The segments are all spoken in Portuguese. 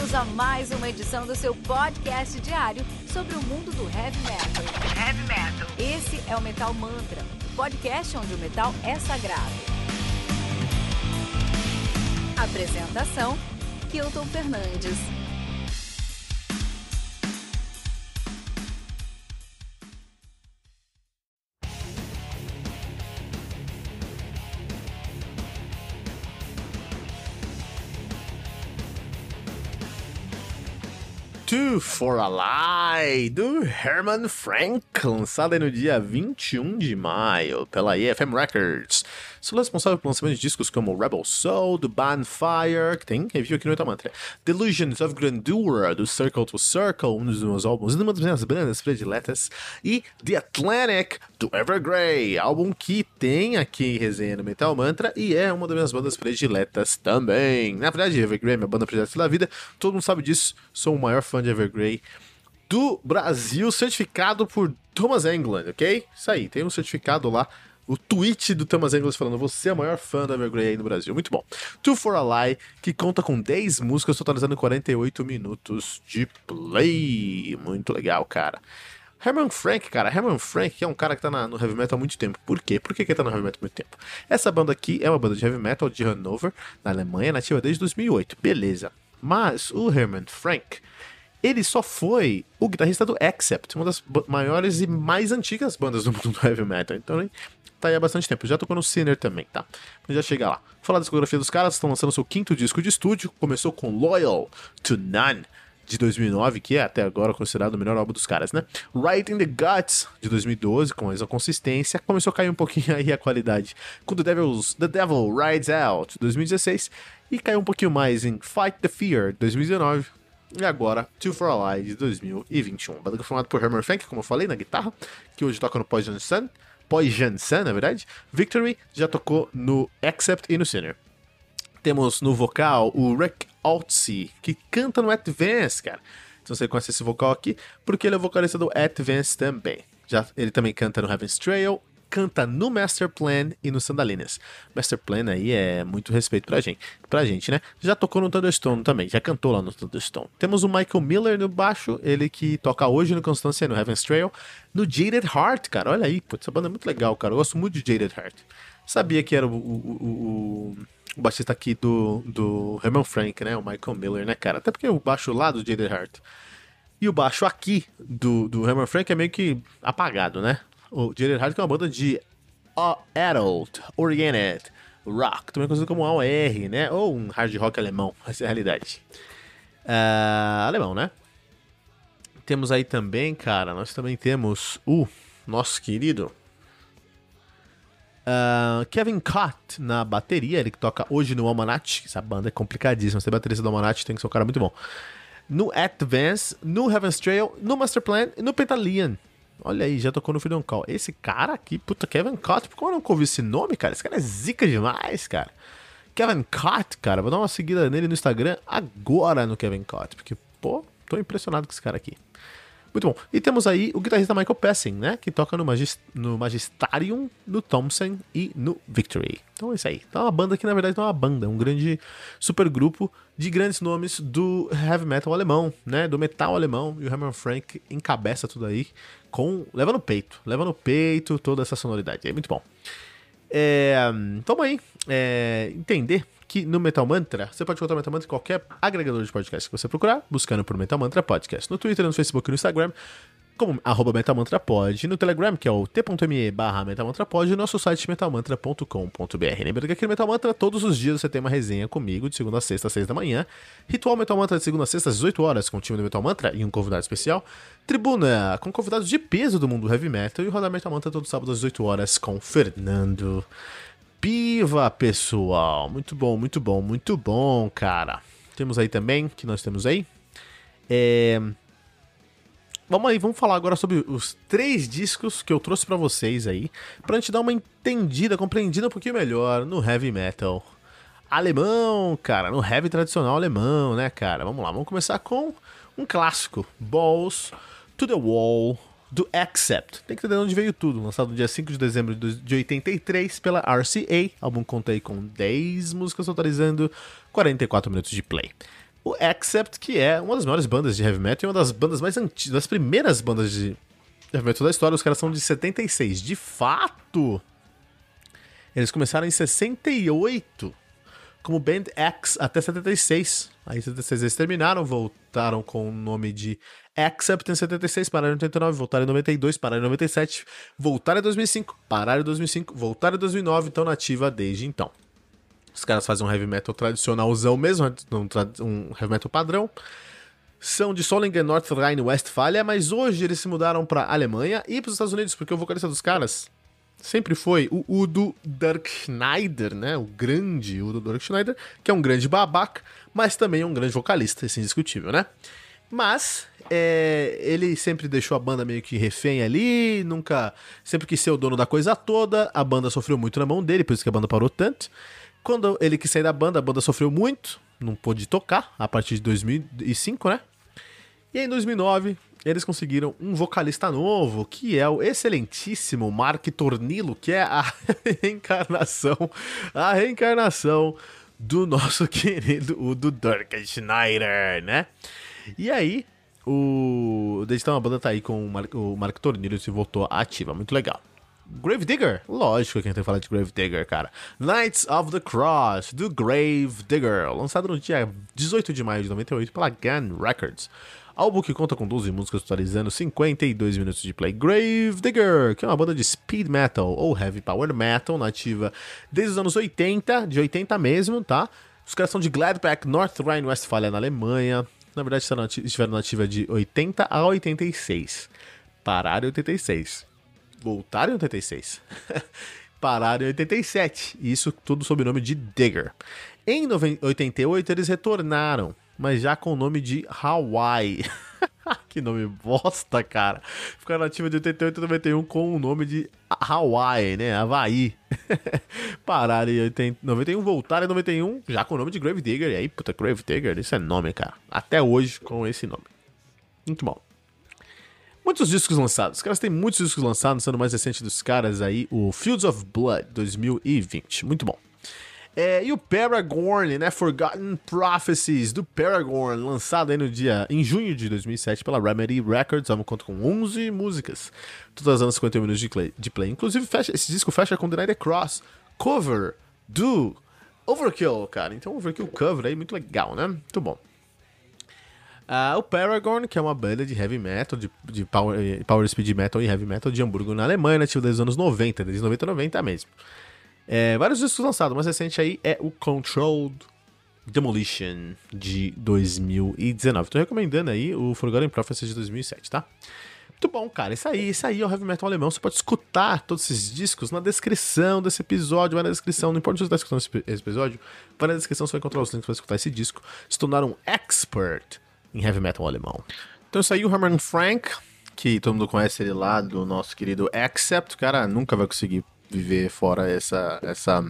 Bem-vindos a mais uma edição do seu podcast diário sobre o mundo do heavy metal. Heavy metal. Esse é o Metal Mantra, o podcast onde o metal é sagrado. Apresentação: Kilton Fernandes. Two for a Lie, do Herman Frank, lançada no dia 21 de maio pela EFM Records. Sou responsável pelo lançamento de discos como Rebel Soul, do Bonfire, que tem review aqui no Metal Mantra, Delusions of Grandeur, do Circle to Circle, um dos meus álbuns, uma das minhas bandas prediletas, e The Atlantic, do Evergrey, álbum que tem aqui resenha no Metal Mantra e é uma das minhas bandas prediletas também. Na verdade, Evergrey é minha banda predileta da vida, todo mundo sabe disso, sou o maior fã de Evergrey do Brasil, certificado por Thomas Englund, ok? Isso aí, tem um certificado lá, o tweet do Thomas Englund falando: você é o maior fã da Evergrey aí no Brasil. Muito bom. Two for a Lie, que conta com 10 músicas, totalizando 48 minutos de play. Muito legal, cara. Herman Frank, cara. Herman Frank é um cara que tá no heavy metal há muito tempo. Por quê? Por que ele tá no heavy metal há muito tempo? Essa banda aqui é uma banda de heavy metal de Hannover, na Alemanha, nativa desde 2008. Beleza. Mas o Herman Frank, ele só foi o guitarrista do Accept, uma das maiores e mais antigas bandas do mundo do heavy metal. Então, ele tá aí há bastante tempo. Já tocou no Sinner também, tá? Mas já chega lá. Vou falar da discografia dos caras. Estão lançando seu 5º disco de estúdio. Começou com Loyal to None, de 2009, que é até agora considerado o melhor álbum dos caras, né? Right in the Guts, de 2012, com a mesma consistência. Começou a cair um pouquinho aí a qualidade com The Devil Rides Out, de 2016. E caiu um pouquinho mais em Fight the Fear, de 2019. E agora, Two for a Lie, de 2021. Banda que foi formada por Herman Frank, como eu falei, na guitarra, que hoje toca no Poison Sun, na verdade. Victory já tocou no Accept e no Sinner. Temos no vocal o Rick Altsey, que canta no Advance, cara. Então você conhece esse vocal aqui, porque ele é vocalista do Advance também. Ele também canta no Heaven's Trail, canta no Master Plan e no Sandalines. Master Plan aí é muito respeito pra gente, né? Já tocou no Thunderstone também, já cantou lá no Thunderstone. Temos o Michael Miller no baixo, ele que toca hoje no Constância, no Heaven's Trail, no Jaded Heart, cara. Olha aí, putz, essa banda é muito legal, cara. Eu gosto muito de Jaded Heart. Sabia que era o baixista aqui do Herman Frank, né? O Michael Miller, né, cara? Até porque o baixo lá do Jaded Heart e o baixo aqui do Herman Frank é meio que apagado, né? O Jaded Heart, que é uma banda de Adult Oriented Rock, também conhecido como AOR, né? Ou um hard rock alemão, essa é a realidade. Alemão, né? Temos aí também, cara, nós também temos o nosso querido Kevin Cott na bateria, ele que toca hoje no Almanac. Essa banda é complicadíssima, ser baterista do Almanac tem que ser um cara muito bom. No Advance, no Heaven's Trail, no Master Plan e no Pentalion. Olha aí, já tocou no Freedom Call. Esse cara aqui, puta, Kevin Cott, como eu nunca ouvi esse nome, cara? Esse cara é zica demais, cara. Kevin Cott, cara, vou dar uma seguida nele no Instagram agora no Kevin Cott, porque, pô, tô impressionado com esse cara aqui. Muito bom. E temos aí o guitarrista Michael Passing, né? Que toca no Magistarium, no Thompson e no Victory. Então é isso aí. Então é uma banda que, na verdade, não é uma banda. Um grande supergrupo de grandes nomes do heavy metal alemão, né? Do metal alemão. E o Herman Frank encabeça tudo aí leva no peito toda essa sonoridade. É muito bom. Vamos aí entender que no Metal Mantra, você pode encontrar o Metal Mantra em qualquer agregador de podcast que você procurar, buscando por Metal Mantra Podcast. No Twitter, no Facebook e no Instagram, como @MetalMantraPod, no Telegram, que é o t.me/MetalMantraPod, e no nosso site metalmantra.com.br. Lembrando que aqui no Metal Mantra, todos os dias você tem uma resenha comigo, de segunda a sexta, às 6 da manhã. Ritual Metal Mantra de segunda a sexta, às 18 horas, com o time do Metal Mantra e um convidado especial. Tribuna, com convidados de peso do mundo heavy metal. E o Rodar Metal Mantra todo sábado às 18 horas, com Fernando Piva, pessoal. Muito bom, muito bom, muito bom, cara. Temos aí também, que nós temos aí. Vamos falar agora sobre os 3 discos que eu trouxe pra vocês aí, pra gente dar uma compreendida um pouquinho melhor no heavy metal alemão, cara, no heavy tradicional alemão, né, cara? Vamos lá, vamos começar com um clássico, Balls to the Wall, do Accept. Tem que entender onde veio tudo. Lançado no dia 5 de dezembro de 83 pela RCA. O álbum conta aí com 10 músicas, totalizando 44 minutos de play. o Accept, que é uma das maiores bandas de heavy metal e uma das bandas mais antigas, das primeiras bandas de heavy metal da história. Os caras são de 76. De fato, eles começaram em 68 como Band X até 76. Aí em 76 eles terminaram, voltaram com o nome de Accept em 76, pararam em 89, voltaram em 92, pararam em 97, voltaram em 2005, pararam em 2005, voltaram em 2009, então nativa desde então. Os caras fazem um heavy metal tradicionalzão mesmo, um heavy metal padrão. São de Solingen, North Rhine-Westphalia, mas hoje eles se mudaram pra Alemanha e pros Estados Unidos, porque o vocalista dos caras sempre foi o Udo Dirkschneider, né? O grande Udo Dirkschneider, que é um grande babaca, mas também é um grande vocalista, isso é indiscutível, né? Mas ele sempre deixou a banda meio que refém ali, nunca, sempre quis ser o dono da coisa toda, a banda sofreu muito na mão dele, por isso que a banda parou tanto. Quando ele quis sair da banda, a banda sofreu muito, não pôde tocar, a partir de 2005, né? E aí, em 2009, eles conseguiram um vocalista novo, que é o excelentíssimo Mark Tornillo, que é a reencarnação do nosso querido Udo Dirkschneider, né? E aí, desde então a banda tá aí com o Mark Tornillo e se voltou ativa, muito legal. Gravedigger, lógico que a gente tem que falar de Gravedigger, cara. Knights of the Cross, do Gravedigger, lançado no dia 18 de maio de 98 pela Gun Records. Álbum que conta com 12 músicas totalizando 52 minutos de play. Gravedigger, que é uma banda de speed metal ou heavy power metal, nativa desde os anos 80, de 80 mesmo, tá? Os caras são de Gladbach, North Rhine-Westphalia, na Alemanha. Na verdade, estiveram nativa de 80 a 86. Pararam em 86. Voltaram em 86. Pararam em 87. E isso tudo sob o nome de Digger. Em 88 eles retornaram, mas já com o nome de Hawaii. Que nome bosta, cara. Ficaram nativa de 88 a 91 com o nome de Hawaii, né? Havaí. Pararam em 91, voltaram em 91, já com o nome de Gravedigger. E aí, puta, Gravedigger, isso é nome, cara. Até hoje com esse nome. Muito bom. Muitos discos lançados. Os caras têm muitos discos lançados, sendo o mais recente dos caras aí, o Fields of Blood 2020. Muito bom. E o Paragorn, né? Forgotten Prophecies do Paragorn, lançado aí em junho de 2007 pela Remedy Records. Vamos contar com 11 músicas, todas dando 51 minutos de play. Inclusive, esse disco fecha com Deny the Cross, cover do Overkill, cara. Então, Overkill cover aí, muito legal, né? Muito bom. O Paragorn, que é uma banda de heavy metal, de power speed metal e heavy metal de Hamburgo, na Alemanha, nativa desde os anos 90, desde 90 mesmo. Vários discos lançados, o mais recente aí é o Controlled Demolition de 2019. Tô recomendando aí o Forgotten Prophecies de 2007, tá? Muito bom, cara. Isso aí é o heavy metal alemão. Você pode escutar todos esses discos na descrição desse episódio. Vai na descrição, não importa se você está escutando esse episódio, vai na descrição, você vai encontrar os links para escutar esse disco. Se tornar um expert em heavy metal alemão. Então isso aí, o Herman Frank, que todo mundo conhece ele lá, do nosso querido Accept. O cara nunca vai conseguir viver fora essa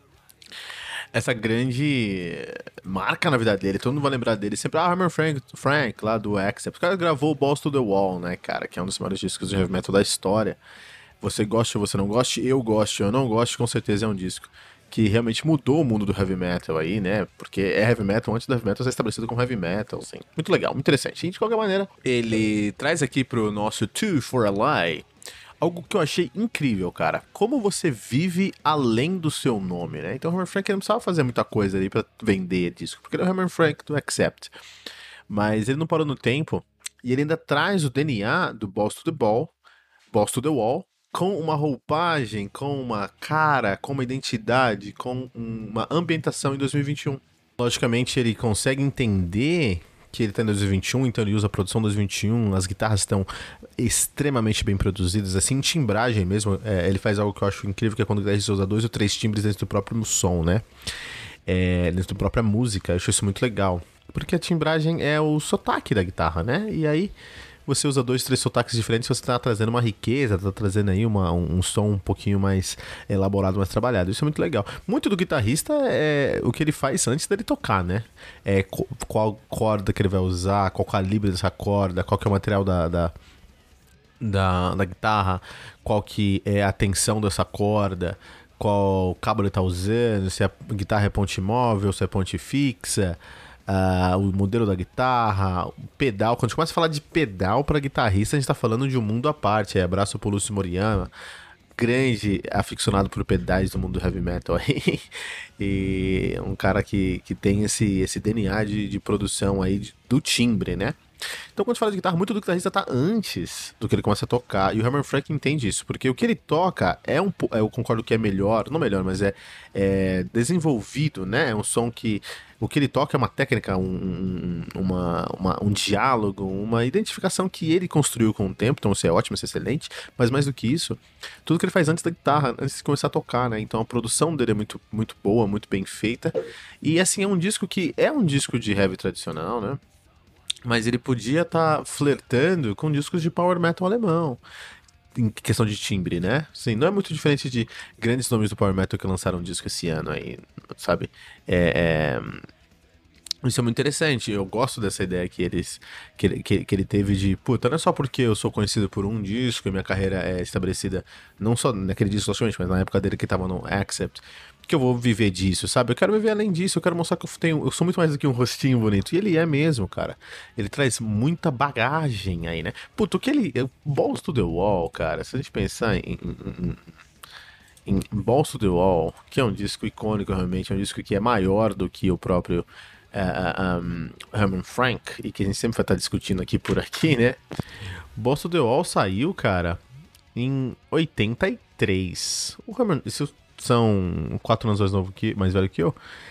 grande marca na vida dele. Todo mundo vai lembrar dele sempre. Herman Frank lá do Accept. O cara gravou o Balls to the Wall, né, cara, que é um dos maiores discos de heavy metal da história. Você gosta ou você não gosta, eu gosto, eu não gosto, com certeza é um disco que realmente mudou o mundo do heavy metal aí, né? Porque é heavy metal antes do heavy metal ser estabelecido como heavy metal, assim. Muito legal, muito interessante. E de qualquer maneira, ele traz aqui pro nosso Two for a Lie algo que eu achei incrível, cara. Como você vive além do seu nome, né? Então o Herman Frank não precisava fazer muita coisa ali pra vender disco, porque ele é o Herman Frank do Accept. Mas ele não parou no tempo e ele ainda traz o DNA do Balls to the Wall, com uma roupagem, com uma cara, com uma identidade, com uma ambientação em 2021. Logicamente, ele consegue entender que ele está em 2021, então ele usa a produção 2021, as guitarras estão extremamente bem produzidas, assim, em timbragem mesmo. Ele faz algo que eu acho incrível, que é quando o guitarrista usa 2 ou 3 timbres dentro do próprio som, né? Dentro da própria música, eu acho isso muito legal. Porque a timbragem é o sotaque da guitarra, né? E aí você usa 2, 3 sotaques diferentes, você tá trazendo uma riqueza, tá trazendo aí um som um pouquinho mais elaborado, mais trabalhado. Isso é muito legal. Muito do guitarrista é o que ele faz antes dele tocar, né? Qual corda que ele vai usar, qual calibre dessa corda, qual que é o material da guitarra, qual que é a tensão dessa corda, qual cabo ele tá usando, se a guitarra é ponte móvel, se é ponte fixa. o modelo da guitarra, o pedal. Quando a gente começa a falar de pedal para guitarrista, a gente tá falando de um mundo à parte. Abraço pro Lúcio Moriyama, grande aficionado por pedais do mundo do heavy metal aí. E um cara que tem esse DNA de produção aí do timbre, né? Então, quando a gente fala de guitarra, muito do guitarrista tá antes do que ele começa a tocar, e o Herman Frank entende isso, porque o que ele toca eu concordo que é melhor, não melhor, mas é desenvolvido, né? É um som que o que ele toca é uma técnica, um diálogo, uma identificação que ele construiu com o tempo, então isso é ótimo, isso é excelente, mas mais do que isso, tudo que ele faz antes da guitarra, antes de começar a tocar, né? Então a produção dele é muito, muito boa, muito bem feita, e assim, é um disco que é um disco de heavy tradicional, né? Mas ele podia estar flertando com discos de power metal alemão, em questão de timbre, né? Assim, não é muito diferente de grandes nomes do power metal que lançaram um disco esse ano aí, sabe? Isso é muito interessante. Eu gosto dessa ideia que ele teve de, puta, não é só porque eu sou conhecido por um disco e minha carreira é estabelecida não só naquele disco somente, mas na época dele que tava no Accept, que eu vou viver disso, sabe? Eu quero viver além disso, eu quero mostrar que eu sou muito mais do que um rostinho bonito. E ele é mesmo, cara. Ele traz muita bagagem aí, né? Puta, o que ele... Balls to the Wall, cara, se a gente pensar em Balls to the Wall, que é um disco icônico realmente, é um disco que é maior do que o próprio Herman Frank, e que a gente sempre vai estar discutindo por aqui, né? Balls to the Wall saiu, cara, em 83. O Herman... São 4 anos mais velho que eu,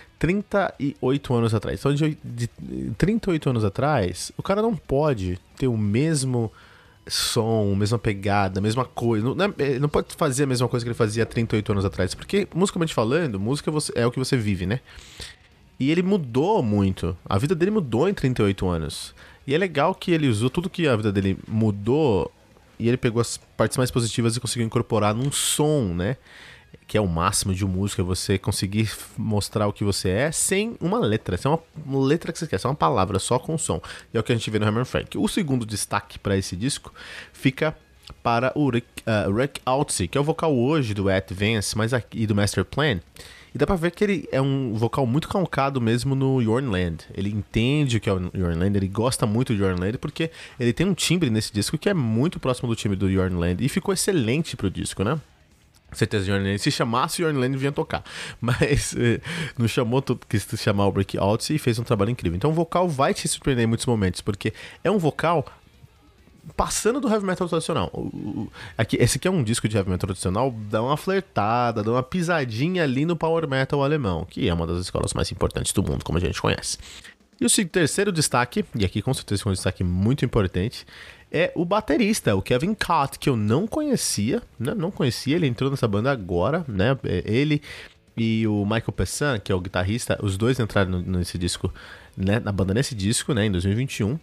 38 anos atrás. Então, de 38 anos atrás, o cara não pode ter o mesmo som, a mesma pegada, a mesma coisa. Não pode fazer a mesma coisa que ele fazia há 38 anos atrás, porque, musicalmente falando, música é o que você vive, né? E ele mudou muito. A vida dele mudou em 38 anos. E é legal que ele usou tudo que a vida dele mudou e ele pegou as partes mais positivas e conseguiu incorporar num som, né? Que é o máximo de um músico, é você conseguir mostrar o que você é sem uma letra. Sem uma letra que você quer, só uma palavra, só com som. E é o que a gente vê no Herman Frank. O segundo destaque para esse disco fica para o Rick Altsey, que é o vocal hoje do Advance e do Master Plan. E dá pra ver que ele é um vocal muito calcado mesmo no Your Land. Ele entende o que é o Your Land, ele gosta muito do Your Land, porque ele tem um timbre nesse disco que é muito próximo do timbre do Your Land. E ficou excelente pro disco, né? Certeza, Your Land. Se chamasse, Your Land vinha tocar. Mas não chamou tudo, quis chamar o Rick Altsey e fez um trabalho incrível. Então o vocal vai te surpreender em muitos momentos, porque é um vocal passando do heavy metal tradicional. Esse aqui é um disco de heavy metal tradicional, dá uma flertada, dá uma pisadinha ali no power metal alemão, que é uma das escolas mais importantes do mundo, como a gente conhece. E o terceiro destaque, e aqui com certeza é um destaque muito importante, é o baterista, o Kevin Cott, que eu não conhecia, né? Não conhecia, ele entrou nessa banda agora, né? Ele e o Michael Pessan, que é o guitarrista, os dois entraram nesse disco, né? Na banda nesse disco, né? Em 2021.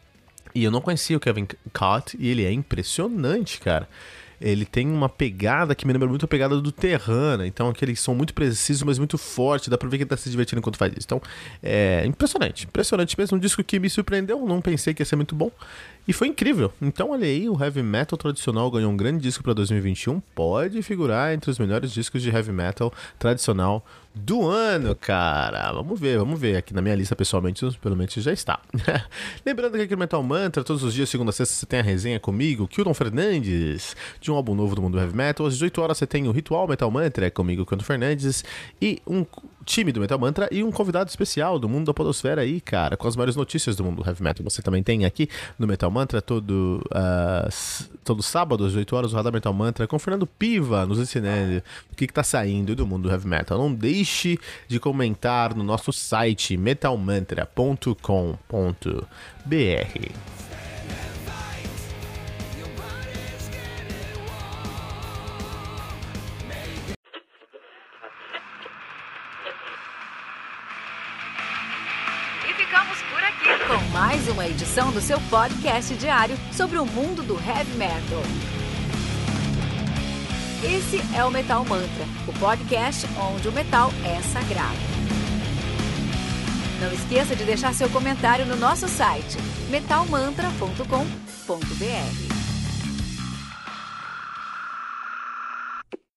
E eu não conhecia o Kevin Cott, e ele é impressionante, cara. Ele tem uma pegada que me lembra muito a pegada do Terrana. Então, aqueles som muito preciso, mas muito forte. Dá pra ver que ele tá se divertindo enquanto faz isso. Então, é impressionante. Impressionante mesmo. Um disco que me surpreendeu. Não pensei que ia ser muito bom. E foi incrível. Então, olha aí, o heavy metal tradicional ganhou um grande disco pra 2021. Pode figurar entre os melhores discos de heavy metal tradicional do ano, cara. Vamos ver. Aqui na minha lista, pessoalmente, pelo menos já está. Lembrando que aqui no Metal Mantra, todos os dias, segunda a sexta, você tem a resenha comigo, Kilton Fernandes, de um álbum novo do mundo do heavy metal. Às 18 horas você tem o Ritual Metal Mantra comigo, Kilton Fernandes, e um time do Metal Mantra e um convidado especial do mundo da podosfera aí, cara, com as maiores notícias do mundo do heavy metal. Você também tem aqui no Metal Mantra todo sábado às 18 horas o Radar Metal Mantra com o Fernando Piva nos ensinando o que tá saindo do mundo do heavy metal. Não deixe de comentar no nosso site metalmantra.com.br. Ficamos por aqui com mais uma edição do seu podcast diário sobre o mundo do heavy metal. Esse é o Metal Mantra, o podcast onde o metal é sagrado. Não esqueça de deixar seu comentário no nosso site metalmantra.com.br.